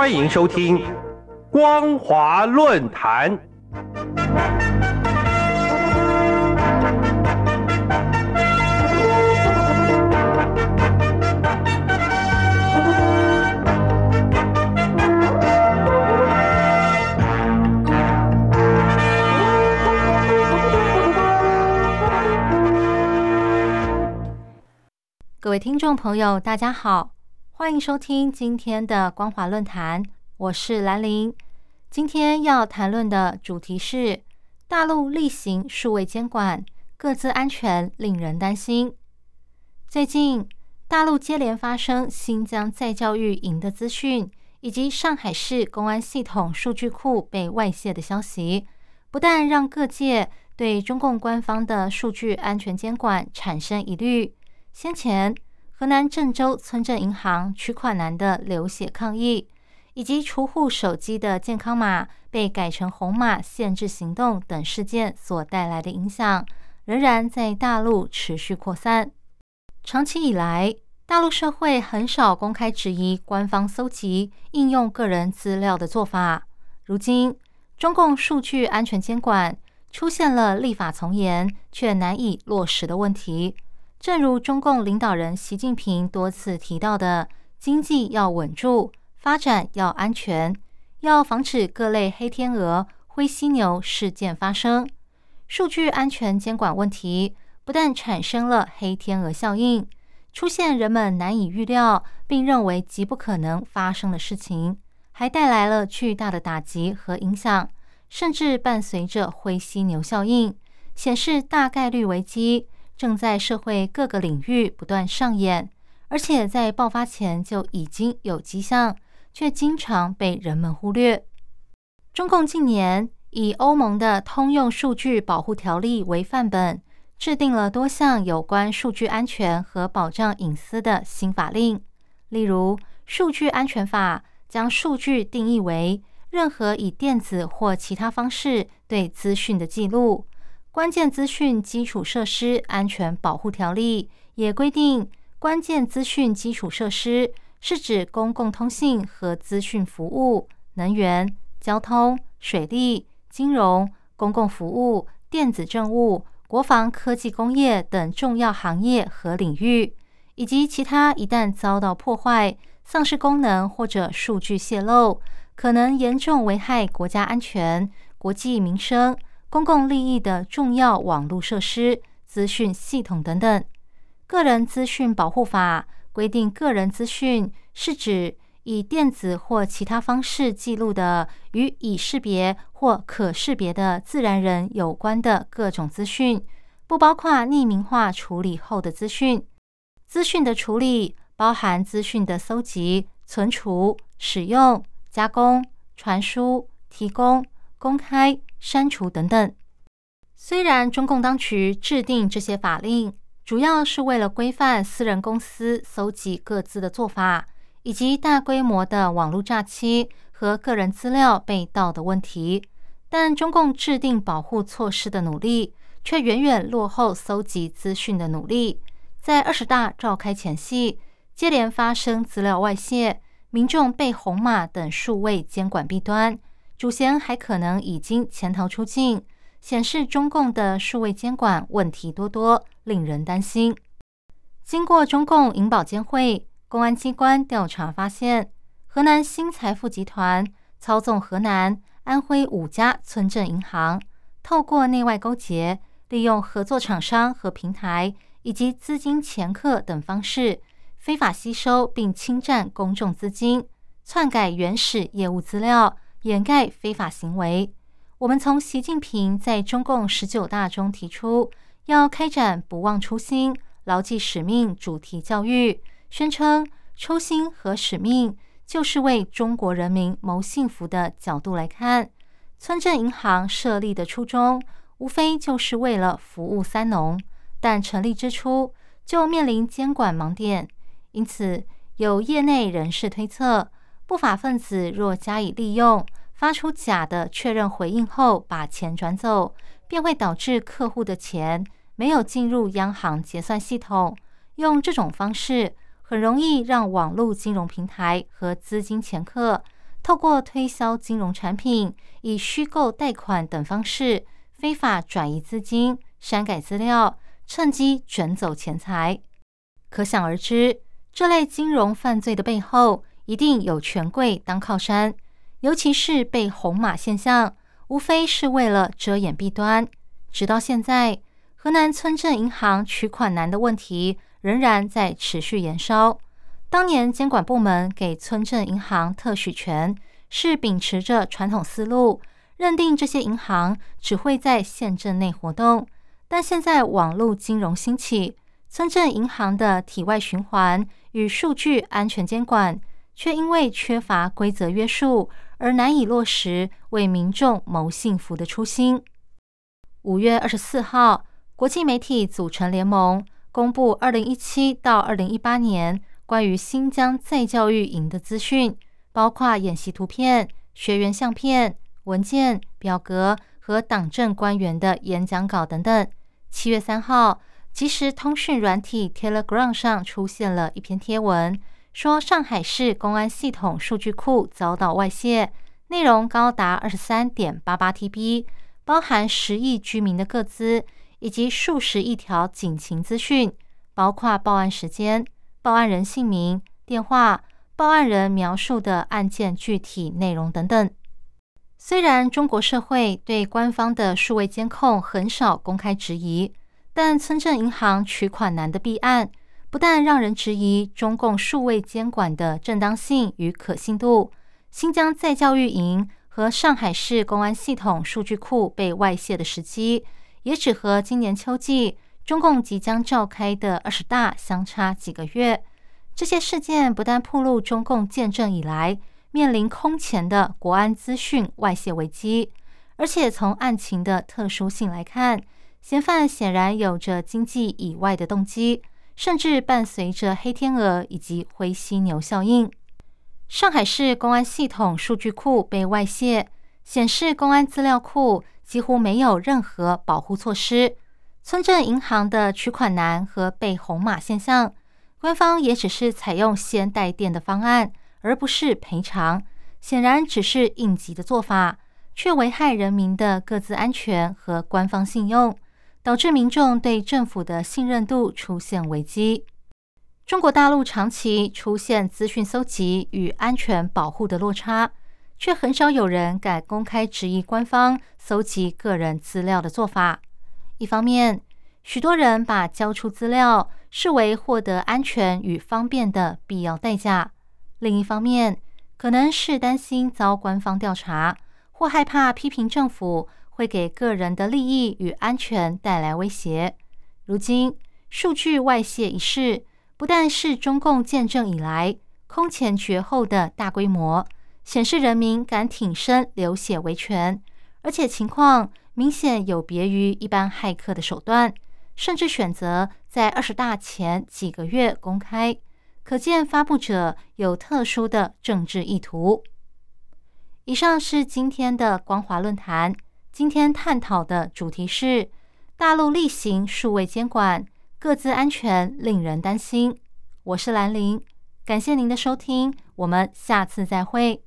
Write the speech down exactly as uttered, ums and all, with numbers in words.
欢迎收听光华论坛。 各位听众朋友，大家好，欢迎收听今天的光华论坛，我是兰玲。今天要谈论的主题是大陆厉行数位监管，各自安全令人担心。最近，大陆接连发生新疆再教育营的资讯，以及上海市公安系统数据库被外泄的消息，不但让各界对中共官方的数据安全监管产生疑虑，先前河南郑州村镇银行取款难的流血抗议，以及储户手机的健康码被改成红码限制行动等事件所带来的影响，仍然在大陆持续扩散。长期以来，大陆社会很少公开质疑官方搜集、应用个人资料的做法。如今，中共数据安全监管出现了立法从严却难以落实的问题。正如中共领导人习近平多次提到的，经济要稳住，发展要安全，要防止各类黑天鹅、灰犀牛事件发生。数据安全监管问题不但产生了黑天鹅效应，出现人们难以预料并认为极不可能发生的事情，还带来了巨大的打击和影响，甚至伴随着灰犀牛效应，显示大概率危机正在社会各个领域不断上演，而且在爆发前就已经有迹象，却经常被人们忽略。中共近年以欧盟的通用数据保护条例为范本，制定了多项有关数据安全和保障隐私的新法令。例如，数据安全法将数据定义为任何以电子或其他方式对资讯的记录。关键资讯基础设施安全保护条例也规定，关键资讯基础设施是指公共通信和资讯服务、能源、交通、水利、金融、公共服务、电子政务、国防科技工业等重要行业和领域，以及其他一旦遭到破坏、丧失功能或者数据泄露，可能严重危害国家安全、国计民生、公共利益的重要网络设施、资讯系统等等。个人资讯保护法规定，个人资讯是指以电子或其他方式记录的与已识别或可识别的自然人有关的各种资讯，不包括匿名化处理后的资讯。资讯的处理包含资讯的搜集、存储、使用、加工、传输、提供、公开、删除等等。虽然中共当局制定这些法令，主要是为了规范私人公司搜集各自的做法，以及大规模的网络诈欺和个人资料被盗的问题，但中共制定保护措施的努力却远远落后搜集资讯的努力。在二十大召开前夕，接连发生资料外泄、民众被红码等数位监管弊端，主嫌还可能已经潜逃出境，显示中共的数位监管问题多多，令人担心。经过中共银保监会、公安机关调查发现，河南新财富集团操纵河南、安徽五家村镇银行，透过内外勾结，利用合作厂商和平台以及资金掮客等方式，非法吸收并侵占公众资金，篡改原始业务资料，掩盖非法行为。我们从习近平在中共十九大中提出要开展不忘初心、牢记使命主题教育，宣称初心和使命就是为中国人民谋幸福的角度来看，村镇银行设立的初衷无非就是为了服务三农，但成立之初就面临监管盲点。因此，有业内人士推测，不法分子若加以利用，发出假的确认回应后把钱转走，便会导致客户的钱没有进入央行结算系统。用这种方式很容易让网络金融平台和资金掮客透过推销金融产品，以虚构贷款等方式非法转移资金、删改资料，趁机卷走钱财。可想而知，这类金融犯罪的背后一定有权贵当靠山，尤其是被红码现象，无非是为了遮掩弊端。直到现在，河南村镇银行取款难的问题仍然在持续延烧。当年监管部门给村镇银行特许权，是秉持着传统思路，认定这些银行只会在县镇内活动。但现在网络金融兴起，村镇银行的体外循环与数据安全监管，却因为缺乏规则约束而难以落实为民众谋幸福的初心。五月二十四号，国际媒体组成联盟公布二零一七到二零一八年关于新疆再教育营的资讯，包括演习图片、学员相片、文件、表格和党政官员的演讲稿等等。七月三号，即时通讯软体 Telegram 上出现了一篇贴文，说上海市公安系统数据库遭到外泄，内容高达 二十三点八八 T B， 包含十亿居民的个资以及数十亿条警情资讯，包括报案时间、报案人姓名、电话、报案人描述的案件具体内容等等。虽然中国社会对官方的数位监控很少公开质疑，但村镇银行取款难的弊案，不但让人质疑中共数位监管的正当性与可信度，新疆再教育营和上海市公安系统数据库被外泄的时机，也只和今年秋季中共即将召开的二十大相差几个月。这些事件不但暴露中共建政以来面临空前的国安资讯外泄危机，而且从案情的特殊性来看，嫌犯显然有着经济以外的动机，甚至伴随着黑天鹅以及灰犀牛效应。上海市公安系统数据库被外泄，显示公安资料库几乎没有任何保护措施。村镇银行的取款难和被红码现象，官方也只是采用先带电的方案，而不是赔偿，显然只是应急的做法，却危害人民的个资安全和官方信用，导致民众对政府的信任度出现危机。中国大陆长期出现资讯搜集与安全保护的落差，却很少有人敢公开质疑官方搜集个人资料的做法。一方面，许多人把交出资料视为获得安全与方便的必要代价；另一方面，可能是担心遭官方调查，或害怕批评政府会给个人的利益与安全带来威胁。如今，数据外泄一事不但是中共建政以来空前绝后的大规模，显示人民敢挺身流血维权，而且情况明显有别于一般骇客的手段，甚至选择在二十大前几个月公开，可见发布者有特殊的政治意图。以上是今天的光华论坛，今天探讨的主题是大陆厉行数位监管，个资安全令人担心。我是兰玲，感谢您的收听，我们下次再会。